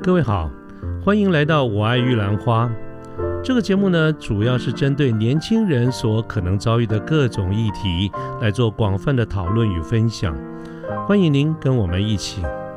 各位好，欢迎来到我爱玉兰花。这个节目呢，主要是针对年轻人所可能遭遇的各种议题来做广泛的讨论与分享。欢迎您跟我们一起。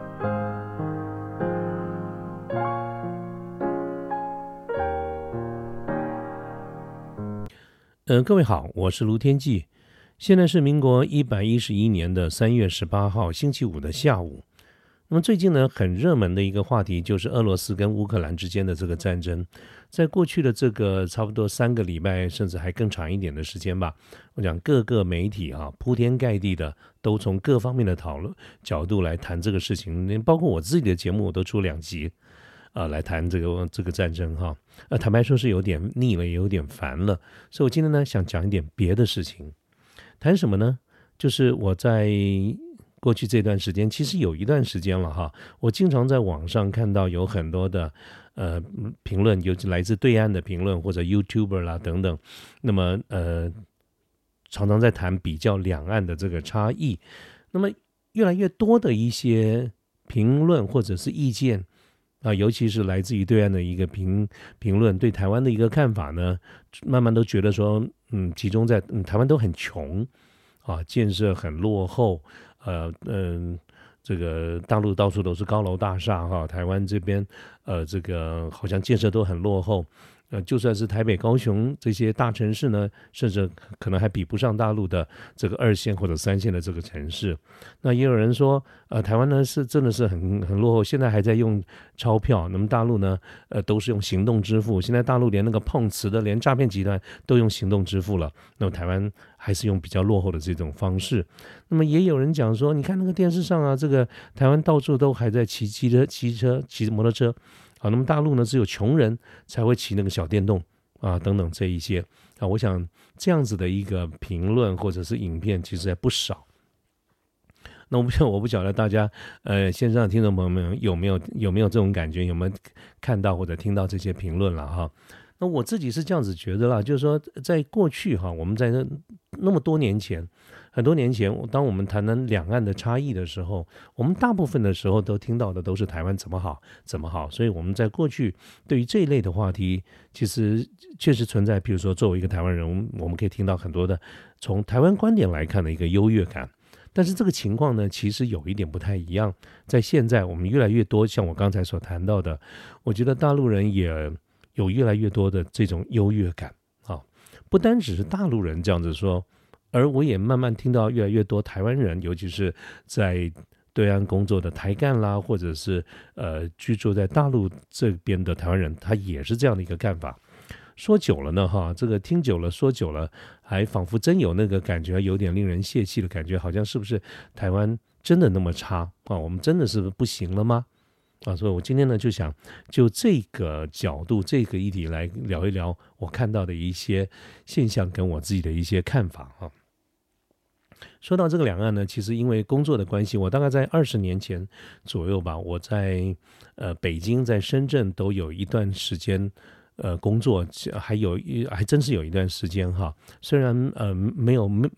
各位好，我是卢天记。现在是民国111年的3月18号星期五的下午。那么最近呢，很热门的一个话题就是俄罗斯跟乌克兰之间的这个战争。在过去的这个差不多3个礼拜，甚至还更长一点的时间吧，我讲各个媒体铺天盖地的都从各方面的讨论角度来谈这个事情，包括我自己的节目我都出2集来谈这个战争坦白说是有点腻了，也有点烦了，所以我今天呢想讲一点别的事情。谈什么呢？就是我在过去这段时间，其实有一段时间了我经常在网上看到有很多的评论，尤其来自对岸的评论或者 YouTuber 啦等等，那么常常在谈比较两岸的这个差异。那么越来越多的一些评论或者是意见尤其是来自于对岸的一个评论对台湾的一个看法呢，慢慢都觉得说集中在台湾都很穷建设很落后，这个大陆到处都是高楼大厦台湾这边这个好像建设都很落后，就算是台北高雄这些大城市呢，甚至可能还比不上大陆的这个2线或者3线的这个城市。那也有人说台湾呢是真的是很落后，现在还在用钞票，那么大陆呢都是用行动支付，现在大陆连那个碰瓷的连诈骗集团都用行动支付了，那么台湾还是用比较落后的这种方式。那么也有人讲说，你看那个电视上这个台湾到处都还在骑摩托车那么大陆呢只有穷人才会骑那个小电动等等这一些我想这样子的一个评论或者是影片其实还不少。那我不晓得大家线上的听众朋友们有没有这种感觉，有没有看到或者听到这些评论了那我自己是这样子觉得啦，就是说在过去我们在那么多年前，很多年前，当我们谈谈两岸的差异的时候，我们大部分的时候都听到的都是台湾怎么好，所以我们在过去对于这一类的话题，其实确实存在，比如说作为一个台湾人，我们可以听到很多的从台湾观点来看的一个优越感。但是这个情况呢，其实有一点不太一样。在现在我们越来越多，像我刚才所谈到的，我觉得大陆人也有越来越多的这种优越感不单只是大陆人这样子说，而我也慢慢听到越来越多台湾人，尤其是在对岸工作的台干啦，或者是居住在大陆这边的台湾人，他也是这样的一个看法。说久了呢这个听久了说久了，还仿佛真有那个感觉，有点令人泄气的感觉，好像是不是台湾真的那么差我们真的是不行了吗所以我今天呢就想就这个角度这个议题来聊一聊我看到的一些现象跟我自己的一些看法说到这个两岸呢，其实因为工作的关系，我大概在20年前左右吧，我在北京在深圳都有一段时间工作，还真是有一段时间虽然没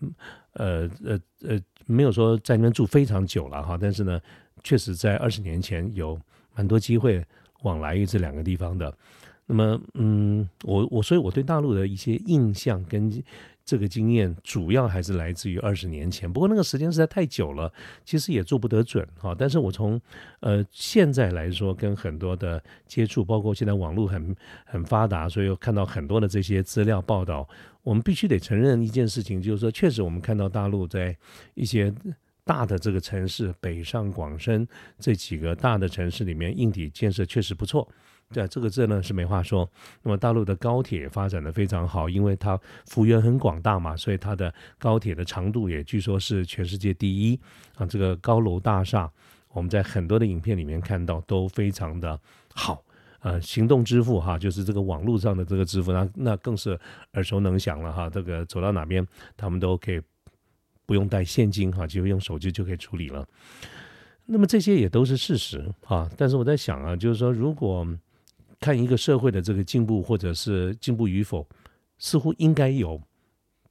有说在那边住非常久了但是呢确实在20年前有蛮多机会往来于这2个地方的。那么所以我对大陆的一些印象跟这个经验主要还是来自于20年前，不过那个时间实在太久了，其实也做不得准但是我从现在来说，跟很多的接触，包括现在网络很发达，所以有看到很多的这些资料报道，我们必须得承认一件事情，就是说确实我们看到大陆在一些大的这个城市，北上广深这几个大的城市里面，硬体建设确实不错。对这个呢是没话说。那么大陆的高铁发展的非常好，因为它幅员很广大嘛，所以它的高铁的长度也据说是全世界第一这个高楼大厦我们在很多的影片里面看到都非常的好。行动支付就是这个网络上的这个支付，那更是耳熟能详了这个走到哪边他们都可以不用带现金就用手机就可以处理了。那么这些也都是事实但是我在想就是说如果看一个社会的这个进步或者是进步与否，似乎应该有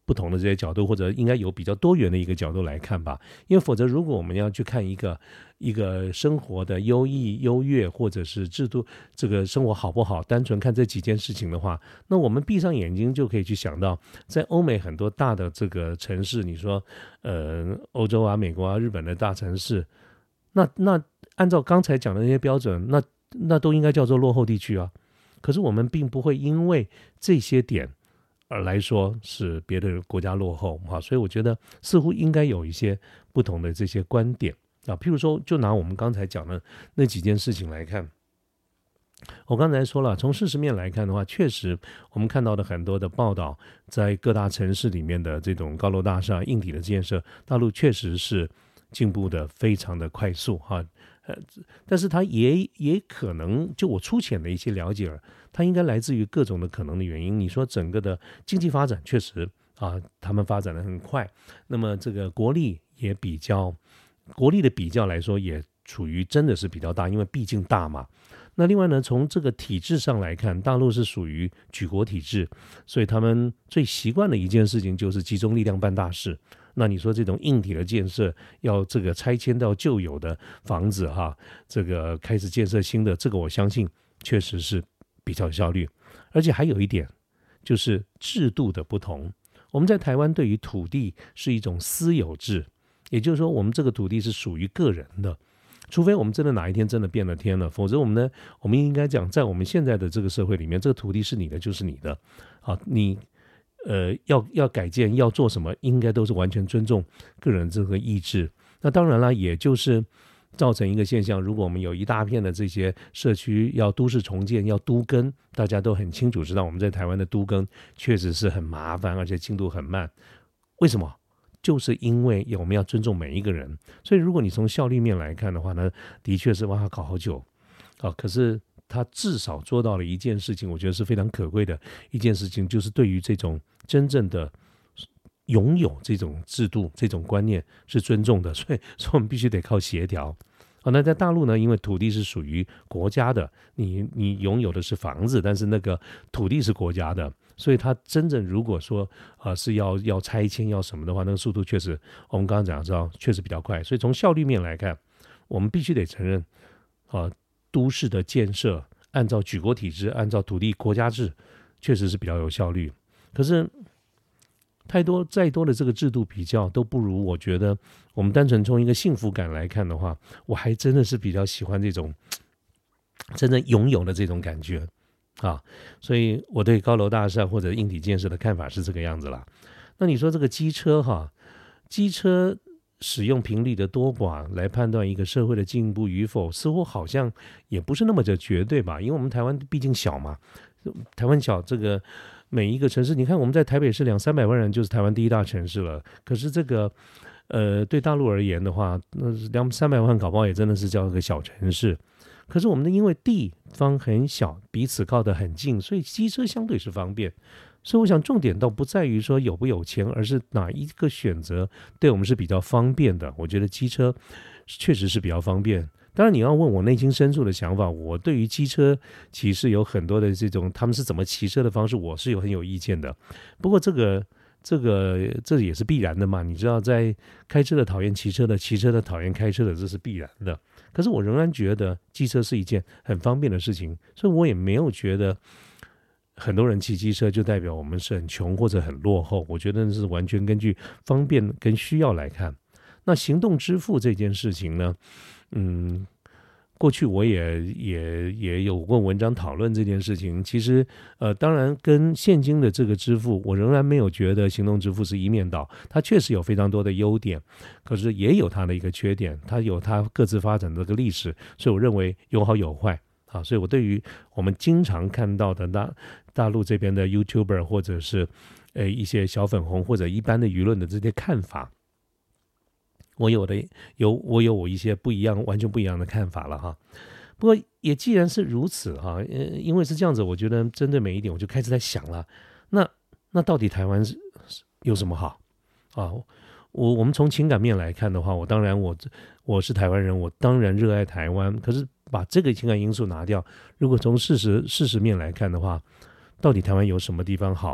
不同的这些角度，或者应该有比较多元的一个角度来看吧。因为否则，如果我们要去看一个生活的优异、优越，或者是制度这个生活好不好，单纯看这几件事情的话，那我们闭上眼睛就可以去想到，在欧美很多大的这个城市，你说欧洲啊、美国啊、日本的大城市，那按照刚才讲的那些标准，那都应该叫做落后地区啊。可是我们并不会因为这些点而来说是别的国家落后啊，所以我觉得似乎应该有一些不同的这些观点啊。譬如说，就拿我们刚才讲的那几件事情来看，我刚才说了，从事实面来看的话，确实我们看到的很多的报道，在各大城市里面的这种高楼大厦、硬体的建设，大陆确实是进步的非常的快速哈。但是它也可能，就我粗浅的一些了解，它应该来自于各种的可能的原因。你说整个的经济发展确实啊，他们发展的很快，那么这个国力的比较来说，也处于真的是比较大，因为毕竟大嘛。那另外呢，从这个体制上来看，大陆是属于举国体制，所以他们最习惯的一件事情就是集中力量办大事。那你说这种硬体的建设，要这个拆迁到旧有的房子哈，这个开始建设新的，这个我相信确实是比较有效率。而且还有一点就是制度的不同，我们在台湾对于土地是一种私有制，也就是说我们这个土地是属于个人的，除非我们真的哪一天真的变了天了，否则我们应该讲，在我们现在的这个社会里面，这个土地是你的就是你的啊，你要改建要做什么，应该都是完全尊重个人这个意志。那当然了，也就是造成一个现象，如果我们有一大片的这些社区要都市重建要都更，大家都很清楚知道我们在台湾的都更确实是很麻烦，而且进度很慢。为什么？就是因为我们要尊重每一个人，所以如果你从效率面来看的话呢，的确是哇搞好久啊，可是他至少做到了一件事情，我觉得是非常可贵的一件事情，就是对于这种真正的拥有这种制度、这种观念是尊重的，所以我们必须得靠协调。那在大陆呢，因为土地是属于国家的，你拥有的是房子，但是那个土地是国家的，所以它真正如果说是要拆迁要什么的话，那个速度确实我们刚刚讲到确实比较快。所以从效率面来看，我们必须得承认都市的建设按照举国体制，按照土地国家制，确实是比较有效率。可是再多的这个制度比较都不如，我觉得我们单纯从一个幸福感来看的话，我还真的是比较喜欢这种真正拥有的这种感觉啊。所以我对高楼大厦或者硬体建设的看法是这个样子啦。那你说这个机车使用频率的多寡来判断一个社会的进步与否，似乎好像也不是那么的绝对吧？因为我们台湾毕竟小嘛，台湾小，这个每一个城市，你看我们在台北市200-300万人就是台湾第一大城市了。可是这个对大陆而言的话，那200-300万搞不好也真的是叫一个小城市。可是我们的因为地方很小，彼此靠得很近，所以机车相对是方便。所以我想重点倒不在于说有不有钱，而是哪一个选择对我们是比较方便的。我觉得机车确实是比较方便。当然你要问我内心深处的想法，我对于机车骑士有很多的这种他们是怎么骑车的方式，我是很有意见的。不过这也是必然的嘛，你知道在开车的讨厌骑车的，骑车的讨厌开车的，这是必然的。可是我仍然觉得机车是一件很方便的事情，所以我也没有觉得很多人骑机车就代表我们是很穷或者很落后。我觉得那是完全根据方便跟需要来看。那行动支付这件事情呢，过去我也有过文章讨论这件事情。其实当然跟现金的这个支付，我仍然没有觉得行动支付是一面倒，它确实有非常多的优点，可是也有它的一个缺点，它有它各自发展的这个历史，所以我认为有好有坏啊。所以我对于我们经常看到的大陆这边的 YouTuber 或者是一些小粉红或者一般的舆论的这些看法，我有我一些完全不一样的看法了哈。不过也既然是如此哈，因为是这样子，我觉得针对每一点我就开始在想了，那到底台湾有什么好啊？我们从情感面来看的话，当然我是台湾人，我当然热爱台湾。可是把这个情感因素拿掉，如果从事实面来看的话，到底台湾有什么地方好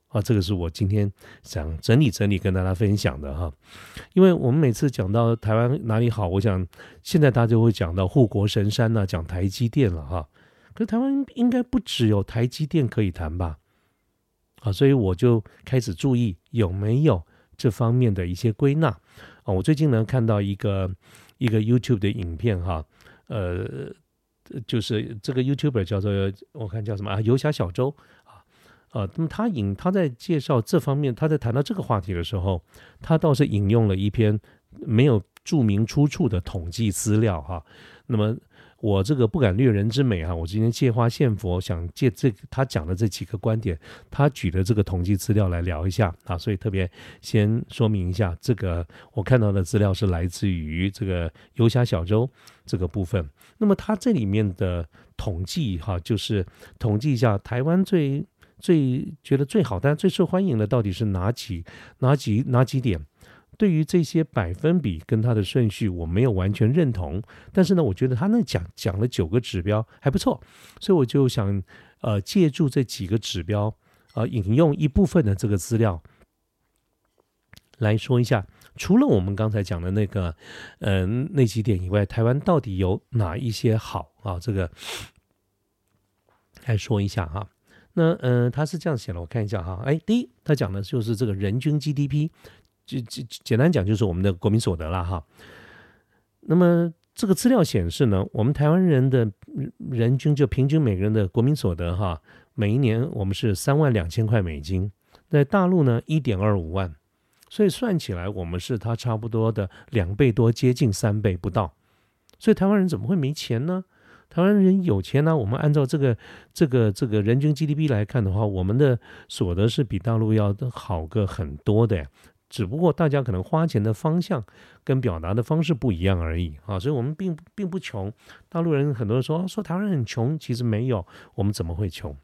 这个是我今天想整理整理跟大家分享的哈。因为我们每次讲到台湾哪里好，我想现在大家就会讲到护国神山讲台积电了哈。可是台湾应该不只有台积电可以谈吧？所以我就开始注意有没有这方面的一些归纳。我最近呢看到一个 YouTube 的影片哈，就是这个 YouTuber 叫做我看叫什么游侠小周那么他在介绍这方面，他在谈到这个话题的时候，他倒是引用了一篇没有注明出处的统计资料哈。那么我这个不敢略人之美我今天借花献佛，想借他讲的这几个观点，他举的这个统计资料来聊一下所以特别先说明一下，这个我看到的资料是来自于这个游侠小周这个部分。那么他这里面的统计就是统计一下台湾最觉得最好但最受欢迎的到底是哪几点。对于这些百分比跟它的顺序我没有完全认同，但是呢我觉得他那讲了9个指标还不错，所以我就想借助这几个指标引用一部分的这个资料来说一下，除了我们刚才讲的那个那几点以外，台湾到底有哪一些好这个来说一下哈。那他是这样写的，我看一下哈。第一，他讲的就是这个人均 GDP， 简单讲就是我们的国民所得啦哈。那么这个资料显示呢，我们台湾人的人均就平均每个人的国民所得哈，每一年我们是32000块美金，在大陆呢1.25万，所以算起来我们是它差不多的2倍多，接近3倍不到。所以台湾人怎么会没钱呢？台湾人有钱我们按照这个人均 GDP 来看的话，我们的所得是比大陆要好个很多的，只不过大家可能花钱的方向跟表达的方式不一样而已所以我们并不穷。大陆人很多人说台湾人很穷，其实没有，我们怎么会穷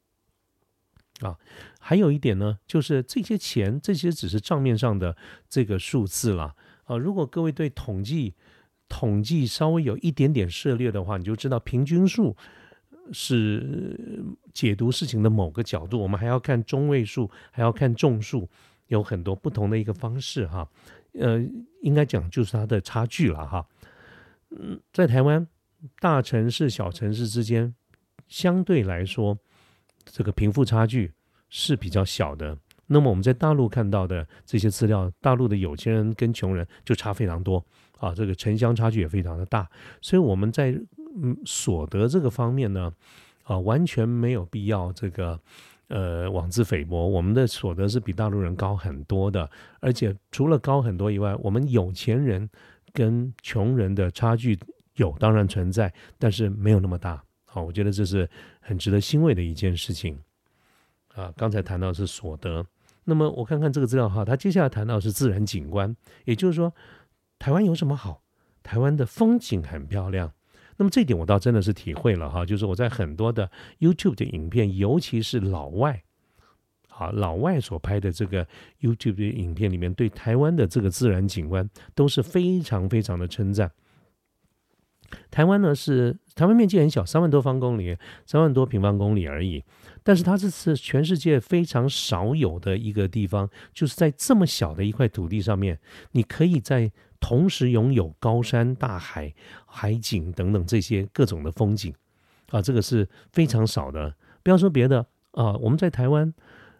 还有一点呢，就是这些钱，这些只是账面上的这个数字啦如果各位对统计稍微有一点点涉猎的话，你就知道平均数是解读事情的某个角度，我们还要看中位数，还要看众数，有很多不同的一个方式哈。应该讲就是它的差距了哈。在台湾大城市小城市之间相对来说这个贫富差距是比较小的。那么我们在大陆看到的这些资料，大陆的有钱人跟穷人就差非常多这个城乡差距也非常的大，所以我们在所得这个方面呢完全没有必要这个妄自菲薄，我们的所得是比大陆人高很多的，而且除了高很多以外，我们有钱人跟穷人的差距当然存在，但是没有那么大我觉得这是很值得欣慰的一件事情刚才谈到的是所得，那么我看看这个资料他接下来谈到的是自然景观，也就是说台湾有什么好？台湾的风景很漂亮。那么这一点我倒真的是体会了就是我在很多的 YouTube 的影片，尤其是老外所拍的这个 YouTube 的影片里面，对台湾的这个自然景观都是非常非常的称赞。台湾面积很小，3万多平方公里而已，但是它是全世界非常少有的一个地方，就是在这么小的一块土地上面，你可以在同时拥有高山、大海、海景等等这些各种的风景这个是非常少的。不要说别的我们在台湾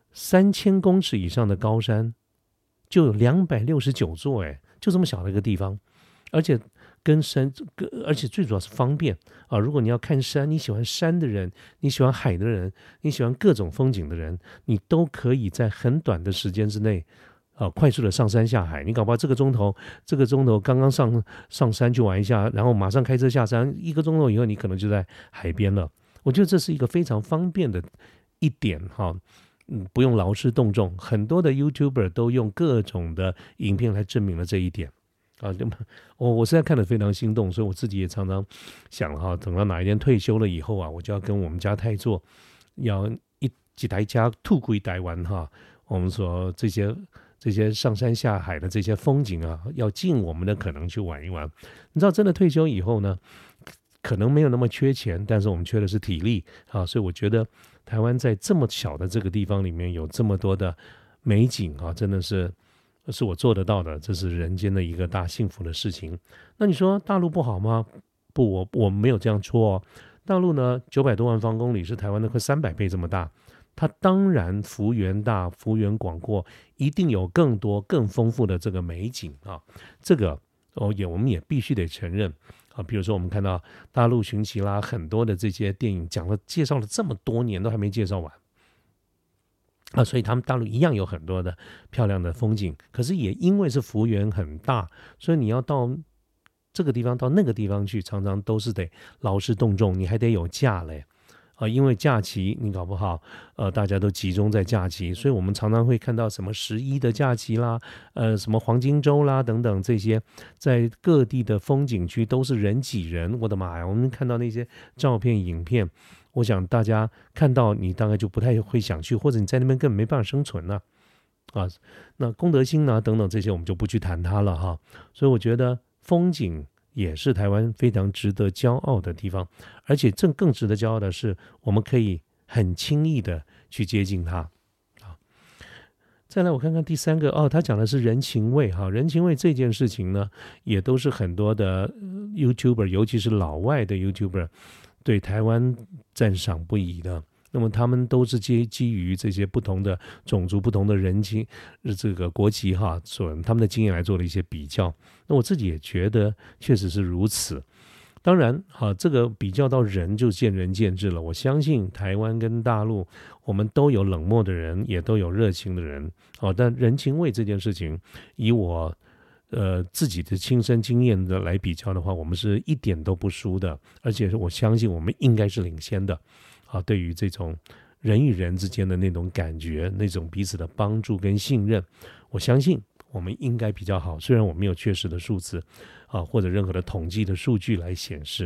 3000公尺以上的高山就有269座就这么小的一个地方，而且最主要是方便如果你要看山，你喜欢山的人，你喜欢海的人，你喜欢各种风景的人，你都可以在很短的时间之内快速的上山下海。你搞不好这个钟头刚刚上山去玩一下，然后马上开车下山，1个钟头以后你可能就在海边了。我觉得这是一个非常方便的一点不用劳师动众，很多的 YouTuber 都用各种的影片来证明了这一点我实在看得非常心动，所以我自己也常常想了等到哪一天退休了以后我就要跟我们家太座要一台家兔归台湾我们说这些上山下海的这些风景要尽我们的可能去玩一玩。你知道真的退休以后呢，可能没有那么缺钱，但是我们缺的是体力所以我觉得台湾在这么小的这个地方里面有这么多的美景啊，真的是我做得到的，这是人间的一个大幸福的事情。那你说大陆不好吗？不，我没有这样说哦。大陆呢，900多万方公里是台湾的快300倍这么大，它当然幅员大、幅员广阔，一定有更多、更丰富的这个美景啊。这个我们也必须得承认啊。比如说我们看到大陆寻奇啦，很多的这些电影介绍了这么多年都还没介绍完啊，所以他们大陆一样有很多的漂亮的风景，可是也因为是幅员很大，所以你要到这个地方到那个地方去，常常都是得劳师动众，你还得有假嘞因为假期你搞不好大家都集中在假期，所以我们常常会看到什么11的假期啦，什么黄金周啦等等，这些在各地的风景区都是人挤人，我的妈呀，我们看到那些照片影片，我想大家看到你大概就不太会想去，或者你在那边根本没办法生存啊。那公德心啊等等这些我们就不去谈它了哈。所以我觉得风景也是台湾非常值得骄傲的地方，而且更值得骄傲的是，我们可以很轻易的去接近它啊。再来，我看看第三个他讲的是人情味哈。人情味这件事情呢，也都是很多的YouTuber， 尤其是老外的 YouTuber 对台湾赞赏不已的。那么他们都是基于这些不同的种族、不同的人情、这个国籍哈，他们的经验来做了一些比较。那我自己也觉得确实是如此。当然这个比较到人就见仁见智了。我相信台湾跟大陆，我们都有冷漠的人，也都有热情的人但人情味这件事情，以我自己的亲身经验的来比较的话，我们是一点都不输的，而且我相信我们应该是领先的对于这种人与人之间的那种感觉，那种彼此的帮助跟信任，我相信我们应该比较好。虽然我没有确实的数字或者任何的统计的数据来显示，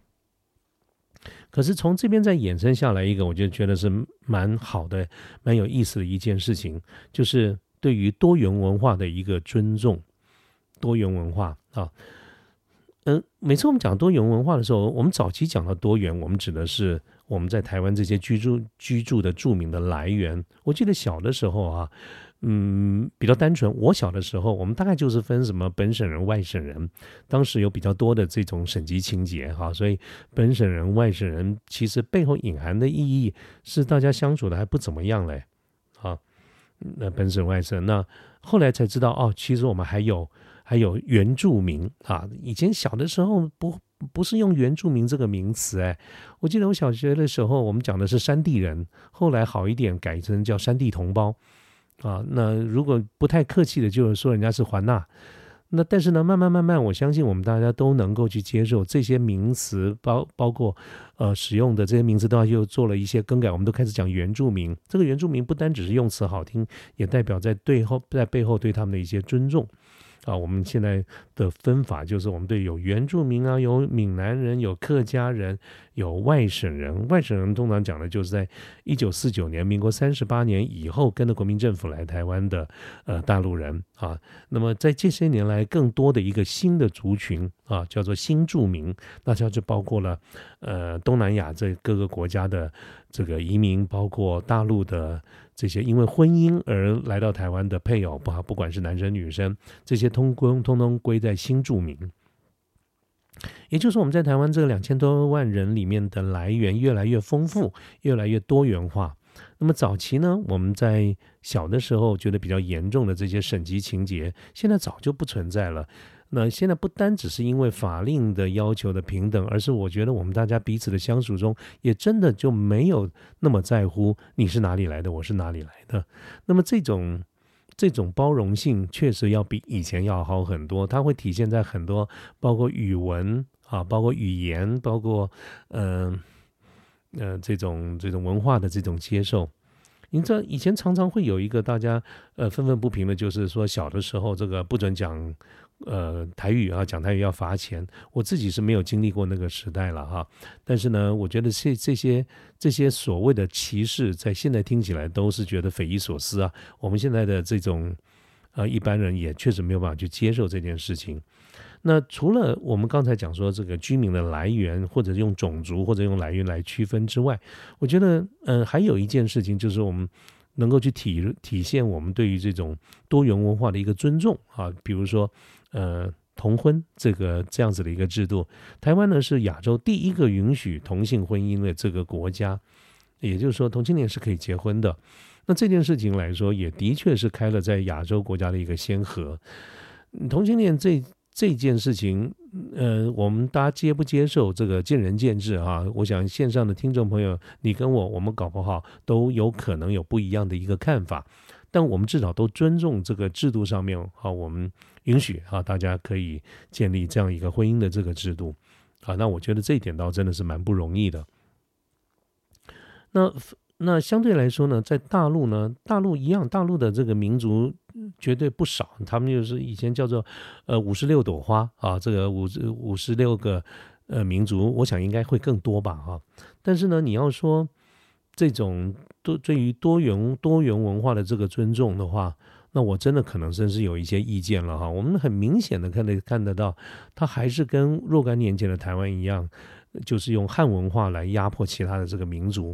可是从这边再衍生下来一个，我就觉得是蛮好的、蛮有意思的一件事情，就是对于多元文化的一个尊重。多元文化每次我们讲多元文化的时候，我们早期讲到多元，我们指的是我们在台湾这些居住的著名的来源。我记得小的时候比较单纯。我小的时候，我们大概就是分什么本省人、外省人，当时有比较多的这种省级情节所以本省人、外省人其实背后隐含的意义是大家相处的还不怎么样嘞那本省外省，那后来才知道其实我们还有原住民以前小的时候不是用原住民这个名词我记得我小学的时候我们讲的是山地人，后来好一点改成叫山地同胞那如果不太客气的就是说人家是环纳。那但是呢，慢慢，我相信我们大家都能够去接受这些名词，包括使用的这些名词，都要又做了一些更改。我们都开始讲原住民，这个原住民不单只是用词好听，也代表在背后对他们的一些尊重我们现在的分法就是我们对有原住民有闽南人，有客家人，有外省人。外省人通常讲的就是在1949年民国38年以后跟着国民政府来台湾的大陆人那么在这些年来更多的一个新的族群叫做新住民，那就包括了东南亚这各个国家的这个移民，包括大陆的这些因为婚姻而来到台湾的配偶，不管是男生女生，这些通通归在新住民。也就是我们在台湾这个2000多万人里面的来源越来越丰富，越来越多元化。那么早期呢，我们在小的时候觉得比较严重的这些省级情节，现在早就不存在了。那现在不单只是因为法令的要求的平等，而是我觉得我们大家彼此的相处中，也真的就没有那么在乎你是哪里来的，我是哪里来的。那么这种包容性确实要比以前要好很多，它会体现在很多包括语文包括语言，包括这种文化的这种接受。你知道以前常常会有一个大家愤愤不平的，就是说小的时候这个不准讲台语讲台语要罚钱。我自己是没有经历过那个时代了但是呢，我觉得这些所谓的歧视，在现在听起来都是觉得匪夷所思我们现在的这种一般人也确实没有办法去接受这件事情。 那除了我们刚才讲说这个居民的来源，或者用种族或者用来源来区分之外，我觉得还有一件事情就是我们能够去体现我们对于这种多元文化的一个尊重啊，比如说同婚这样子的一个制度，台湾呢是亚洲第一个允许同性婚姻的这个国家，也就是说同性恋是可以结婚的。那这件事情来说，也的确是开了在亚洲国家的一个先河。同性恋这件事情，我们大家接不接受，这个见仁见智啊。我想线上的听众朋友，你跟我们搞不好都有可能有不一样的一个看法，但我们至少都尊重这个制度上面啊，我们允许啊大家可以建立这样一个婚姻的这个制度啊。那我觉得这一点倒真的是蛮不容易的。那相对来说呢，在大陆呢，大陆的这个民族绝对不少，他们就是以前叫做56朵花啊，这个56个民族，我想应该会更多吧哈。但是呢，你要说这种对于多元文化的这个尊重的话，那我真的可能真是有一些意见了哈。我们很明显的看得到，它还是跟若干年前的台湾一样，就是用汉文化来压迫其他的这个民族。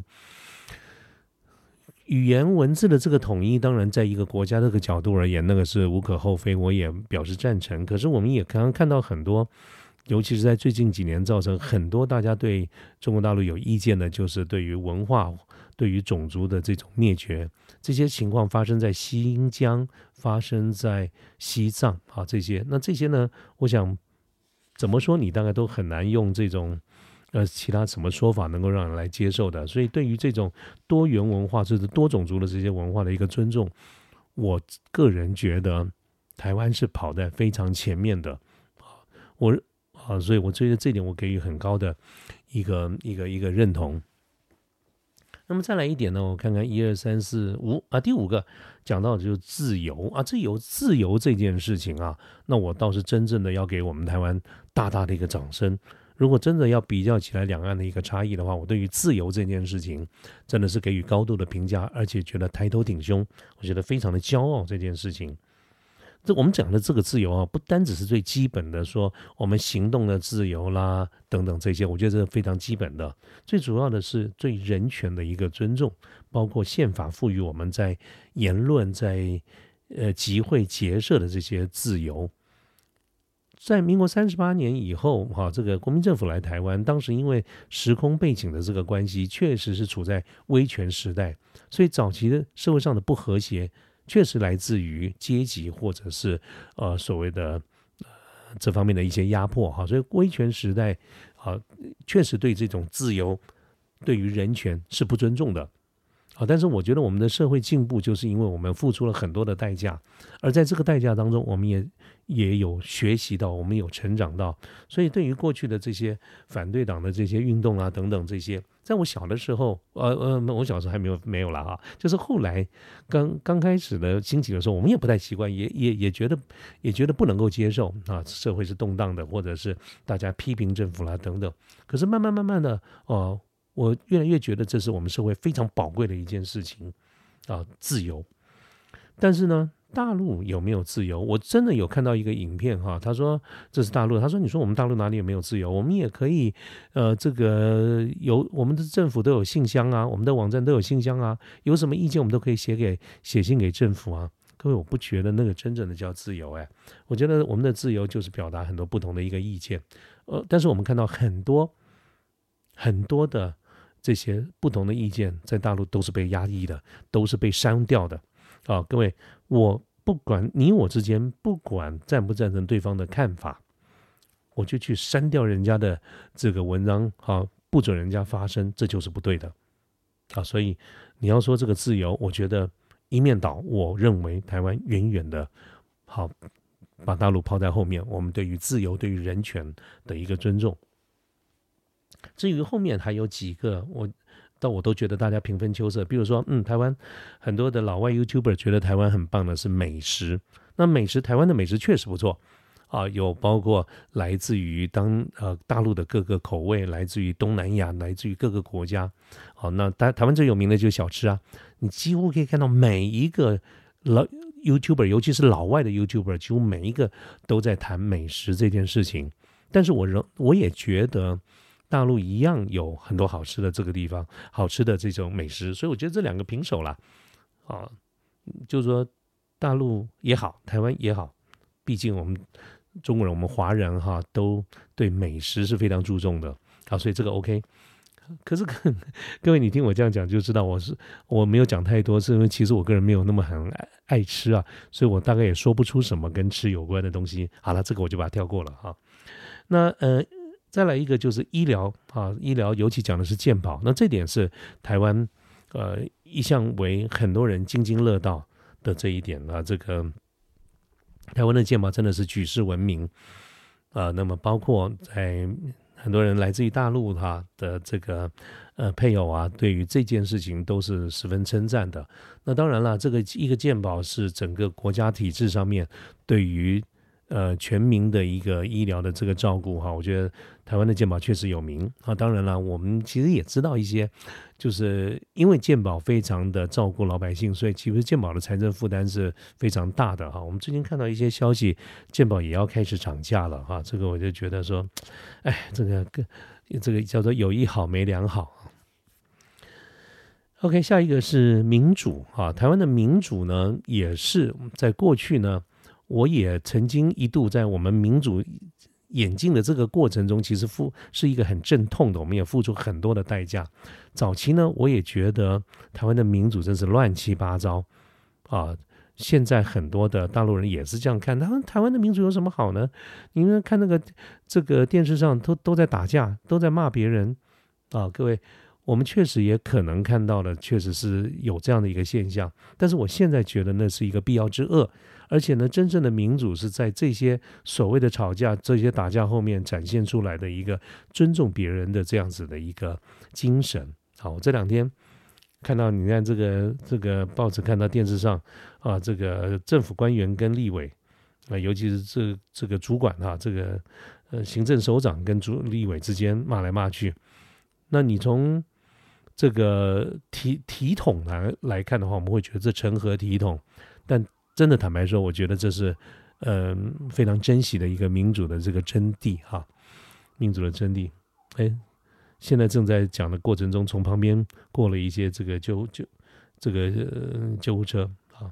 语言文字的这个统一，当然在一个国家这个角度而言，那个是无可厚非，我也表示赞成。可是我们也刚刚看到很多，尤其是在最近几年，造成很多大家对中国大陆有意见的，就是对于文化、对于种族的这种灭绝，这些情况发生在新疆，发生在西藏啊这些。那这些呢，我想怎么说，你大概都很难用这种。其他什么说法能够让人来接受的？所以对于这种多元文化，就是多种族的这些文化的一个尊重，我个人觉得台湾是跑在非常前面的。所以我觉得这点我给予很高的一个认同。那么再来一点呢，我看看1、2、3、4、5啊，第5个讲到的就是自由啊，自由这件事情啊，那我倒是真正的要给我们台湾大大的一个掌声。如果真的要比较起来两岸的一个差异的话，我对于自由这件事情真的是给予高度的评价，而且觉得抬头挺胸，我觉得非常的骄傲这件事情。我们讲的这个自由啊，不单只是最基本的说我们行动的自由啦等等这些，我觉得这是非常基本的。最主要的是对人权的一个尊重，包括宪法赋予我们在言论、在集会结社的这些自由。在民国38年以后，这个国民政府来台湾，当时因为时空背景的这个关系，确实是处在威权时代，所以早期的社会上的不和谐，确实来自于阶级或者是所谓的这方面的一些压迫哈。所以威权时代确实对这种自由、对于人权是不尊重的。但是我觉得我们的社会进步，就是因为我们付出了很多的代价，而在这个代价当中，我们也有学习到，我们有成长到。所以对于过去的这些反对党的这些运动啊等等这些，在我小的时候，我小时候还没有了哈，就是后来刚开始的兴起的时候，我们也不太习惯，也觉得不能够接受啊，社会是动荡的，或者是大家批评政府啦等等。可是慢慢的我越来越觉得这是我们社会非常宝贵的一件事情自由。但是呢，大陆有没有自由？我真的有看到一个影片哈，他说这是大陆，他说你说我们大陆哪里有没有自由？我们也可以这个我们的政府都有信箱啊，我们的网站都有信箱啊，有什么意见我们都可以写信给政府啊。各位，我不觉得那个真正的叫自由我觉得我们的自由就是表达很多不同的一个意见，但是我们看到很多的这些不同的意见在大陆都是被压抑的，都是被删掉的各位，我不管你我之间不管赞不赞成对方的看法，我就去删掉人家的这个文章不准人家发声，这就是不对的所以你要说这个自由，我觉得一面倒，我认为台湾远远的把大陆抛在后面，我们对于自由对于人权的一个尊重。至于后面还有几个我都觉得大家平分秋色，比如说台湾很多的老外 YouTuber 觉得台湾很棒的是美食，那台湾的美食确实不错有包括来自于大陆的各个口味，来自于东南亚，来自于各个国家那台湾最有名的就是小吃你几乎可以看到每一个 YouTuber， 尤其是老外的 YouTuber， 几乎每一个都在谈美食这件事情。但是我也觉得大陆一样有很多好吃的这个地方，好吃的这种美食，所以我觉得这两个平手啦。就是说大陆也好，台湾也好，毕竟我们中国人，我们华人都对美食是非常注重的所以这个 OK。可是各位，你听我这样讲就知道我没有讲太多，是因为其实我个人没有那么很爱吃所以我大概也说不出什么跟吃有关的东西。好了，这个我就把它跳过了那再来一个就是医疗医疗尤其讲的是健保，那这点是台湾一向为很多人津津乐道的这一点这个台湾的健保真的是举世闻名那么包括在很多人来自于大陆的这个配偶对于这件事情都是十分称赞的。那当然了，这个一个健保是整个国家体制上面对于全民的一个医疗的这个照顾我觉得台湾的健保确实有名当然了，我们其实也知道一些，就是因为健保非常的照顾老百姓，所以其实健保的财政负担是非常大的我们最近看到一些消息，健保也要开始涨价了这个我就觉得说，这个叫做有一好没两好。OK， 下一个是民主台湾的民主呢，也是在过去呢，我也曾经一度在我们民主演进的这个过程中，其实是一个很阵痛的，我们也付出很多的代价。早期呢，我也觉得台湾的民主真是乱七八糟现在很多的大陆人也是这样看，他们台湾的民主有什么好呢？你们看这个电视上都在打架，都在骂别人各位，我们确实也可能看到了，确实是有这样的一个现象，但是我现在觉得那是一个必要之恶。而且呢，真正的民主是在这些所谓的吵架、这些打架后面展现出来的一个尊重别人的这样子的一个精神。好，我这两天看到，你看这个报纸，看到电视上这个政府官员跟立委尤其是这个主管这个行政首长跟立委之间骂来骂去。那你从这个体统来看的话，我们会觉得这成何体统？但真的坦白说，我觉得这是非常珍惜的一个民主的这个真谛民主的真谛。现在正在讲的过程中，从旁边过了一些这个救护车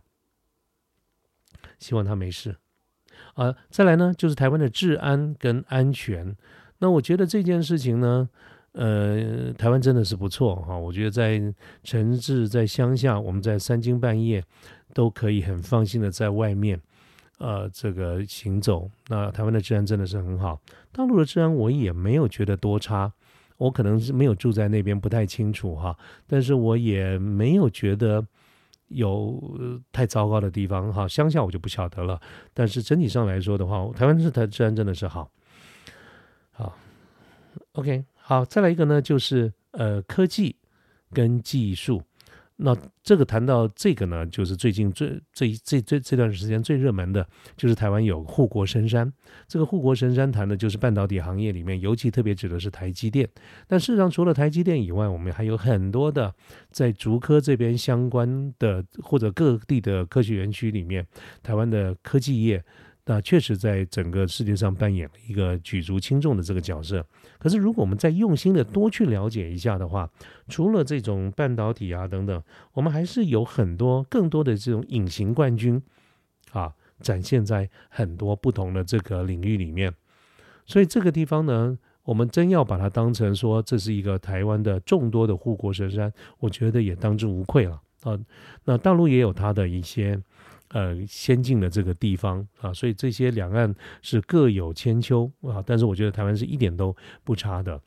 希望他没事再来呢，就是台湾的治安跟安全。那我觉得这件事情呢，台湾真的是不错我觉得在城市、在乡下，我们在三更半夜都可以很放心的在外面这个行走。那台湾的治安真的是很好，大陆的治安我也没有觉得多差，我可能是没有住在那边，不太清楚但是我也没有觉得有太糟糕的地方乡下我就不晓得了，但是整体上来说的话，台湾的治安真的是好。OK， 好，再来一个呢，就是科技跟技术。那这个谈到这个呢，就是最近这段时间最热门的，就是台湾有护国神山。这个护国神山谈的就是半导体行业里面，尤其特别指的是台积电。但事实上，除了台积电以外，我们还有很多的在竹科这边相关的或者各地的科学园区里面，台湾的科技业那确实在整个世界上扮演了一个举足轻重的这个角色。可是如果我们再用心的多去了解一下的话，除了这种半导体等等，我们还是有更多的这种隐形冠军展现在很多不同的这个领域里面。所以这个地方呢，我们真要把它当成说这是一个台湾的众多的护国神山，我觉得也当之无愧了那大陆也有它的一些先进的这个地方所以这些两岸是各有千秋但是我觉得台湾是一点都不差的。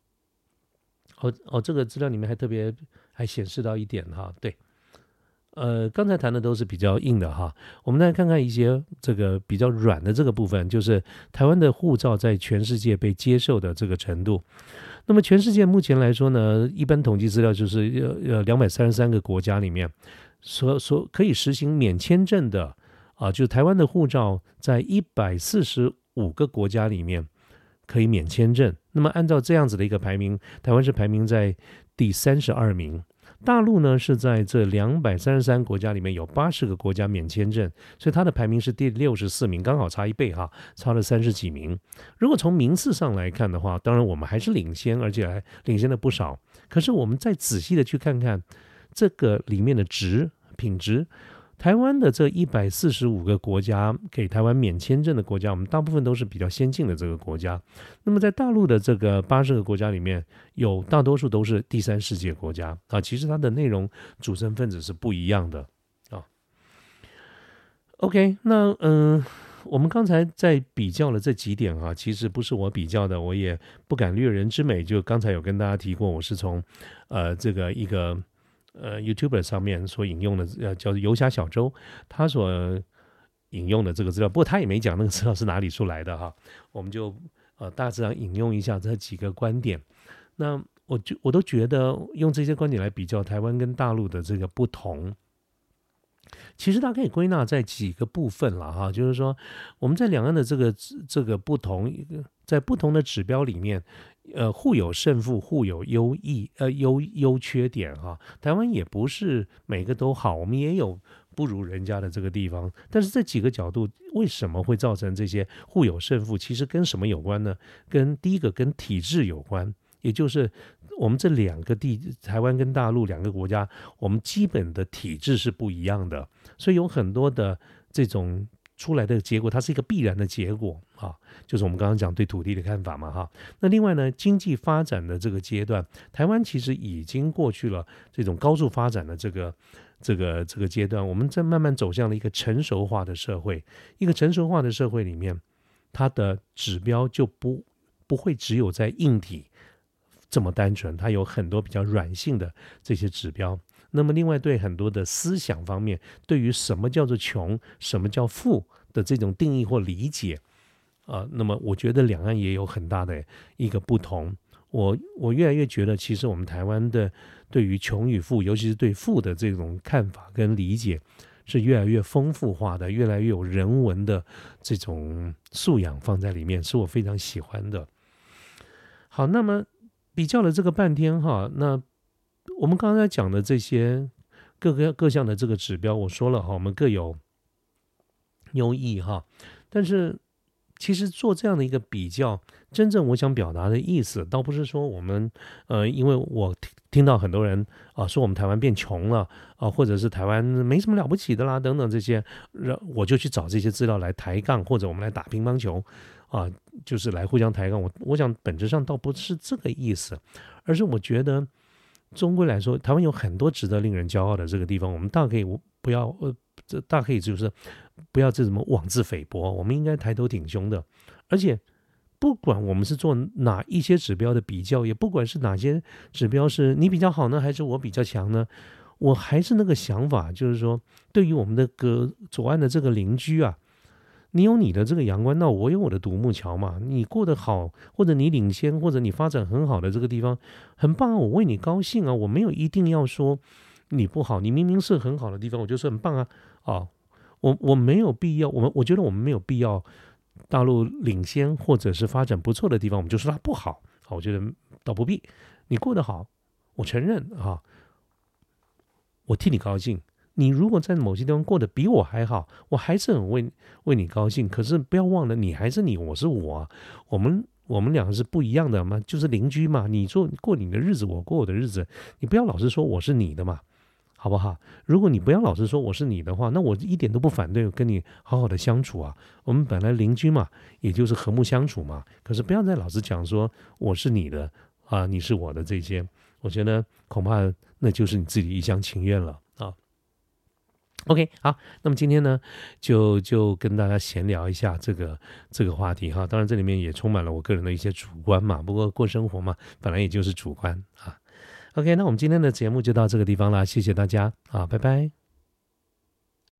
这个资料里面还特别还显示到一点对，刚才谈的都是比较硬的我们再看看一些这个比较软的这个部分，就是台湾的护照在全世界被接受的这个程度。那么全世界目前来说呢，一般统计资料就是233个国家里面所可以实行免签证的就是台湾的护照在145个国家里面可以免签证。那么按照这样子的一个排名，台湾是排名在第32名。 大陆呢是在这233国家里面有80个国家免签证，所以它的排名是第64名，刚好差1倍哈，差了30几名。如果从名次上来看的话，当然我们还是领先，而且还领先的不少。可是我们再仔细的去看看这个里面的品质。台湾的这145个国家给台湾免签证的国家，我们大部分都是比较先进的这个国家。那么在大陆的这个80个国家里面，有大多数都是第三世界国家啊。其实它的内容组成分子是不一样的啊。OK， 那我们刚才在比较了这几点啊，其实不是我比较的，我也不敢略人之美。就刚才有跟大家提过，我是从这个一个YouTuber 上面所引用的叫做游侠小周，他所引用的这个资料，不过他也没讲那个资料是哪里出来的哈，我们就大致上引用一下这几个观点。那我都觉得用这些观点来比较台湾跟大陆的这个不同，其实它可以归纳在几个部分了哈，就是说我们在两岸的这个不同，在不同的指标里面，互有胜负，互有优缺点哈。台湾也不是每个都好，我们也有不如人家的这个地方。但是这几个角度为什么会造成这些互有胜负？其实跟什么有关呢？第一个跟体制有关，也就是我们这台湾跟大陆两个国家，我们基本的体制是不一样的，所以有很多的这种出来的结果，它是一个必然的结果啊，就是我们刚刚讲对土地的看法嘛哈。那另外呢，经济发展的这个阶段，台湾其实已经过去了这种高速发展的这个阶段，我们在慢慢走向了一个成熟化的社会。一个成熟化的社会里面，它的指标就不会只有在硬体这么单纯，它有很多比较软性的这些指标。那么另外对很多的思想方面，对于什么叫做穷，什么叫富的这种定义或理解那么我觉得两岸也有很大的一个不同。我越来越觉得，其实我们台湾的对于穷与富，尤其是对富的这种看法跟理解，是越来越丰富化的，越来越有人文的这种素养放在里面，是我非常喜欢的。好，那么比较了这个半天哈，那我们刚才讲的这些各项的这个指标，我说了哈，我们各有优异哈，但是其实做这样的一个比较，真正我想表达的意思，倒不是说我们因为我听到很多人说我们台湾变穷了或者是台湾没什么了不起的啦等等这些，我就去找这些资料来抬杠，或者我们来打乒乓球就是来互相抬杠。我想本质上倒不是这个意思，而是我觉得终归来说，台湾有很多值得令人骄傲的这个地方，我们大可以不要大可以就是不要这什么妄自菲薄，我们应该抬头挺胸的。而且不管我们是做哪一些指标的比较，也不管是哪些指标是你比较好呢，还是我比较强呢，我还是那个想法，就是说对于我们的左岸的这个邻居你有你的这个阳关道，我有我的独木桥嘛。你过得好，或者你领先，或者你发展很好的这个地方，很棒我为你高兴我没有一定要说你不好，你明明是很好的地方，我就说很棒我没有必要，我觉得我们没有必要大陆领先或者是发展不错的地方，我们就说它不好我觉得倒不必。你过得好，我承认我替你高兴。你如果在某些地方过得比我还好，我还是很为你高兴。可是不要忘了，你还是你，我是我我们两个是不一样的嘛，就是邻居嘛。你过你的日子，我过我的日子，你不要老是说我是你的嘛，好不好？如果你不要老是说我是你的话，那我一点都不反对跟你好好的相处我们本来邻居嘛，也就是和睦相处嘛。可是不要再老是讲说我是你的你是我的这些，我觉得恐怕那就是你自己一厢情愿了OK， 好，那么今天呢，就跟大家闲聊一下这个话题当然这里面也充满了我个人的一些主观嘛，不过过生活嘛，本来也就是主观OK， 那我们今天的节目就到这个地方啦，谢谢大家拜拜。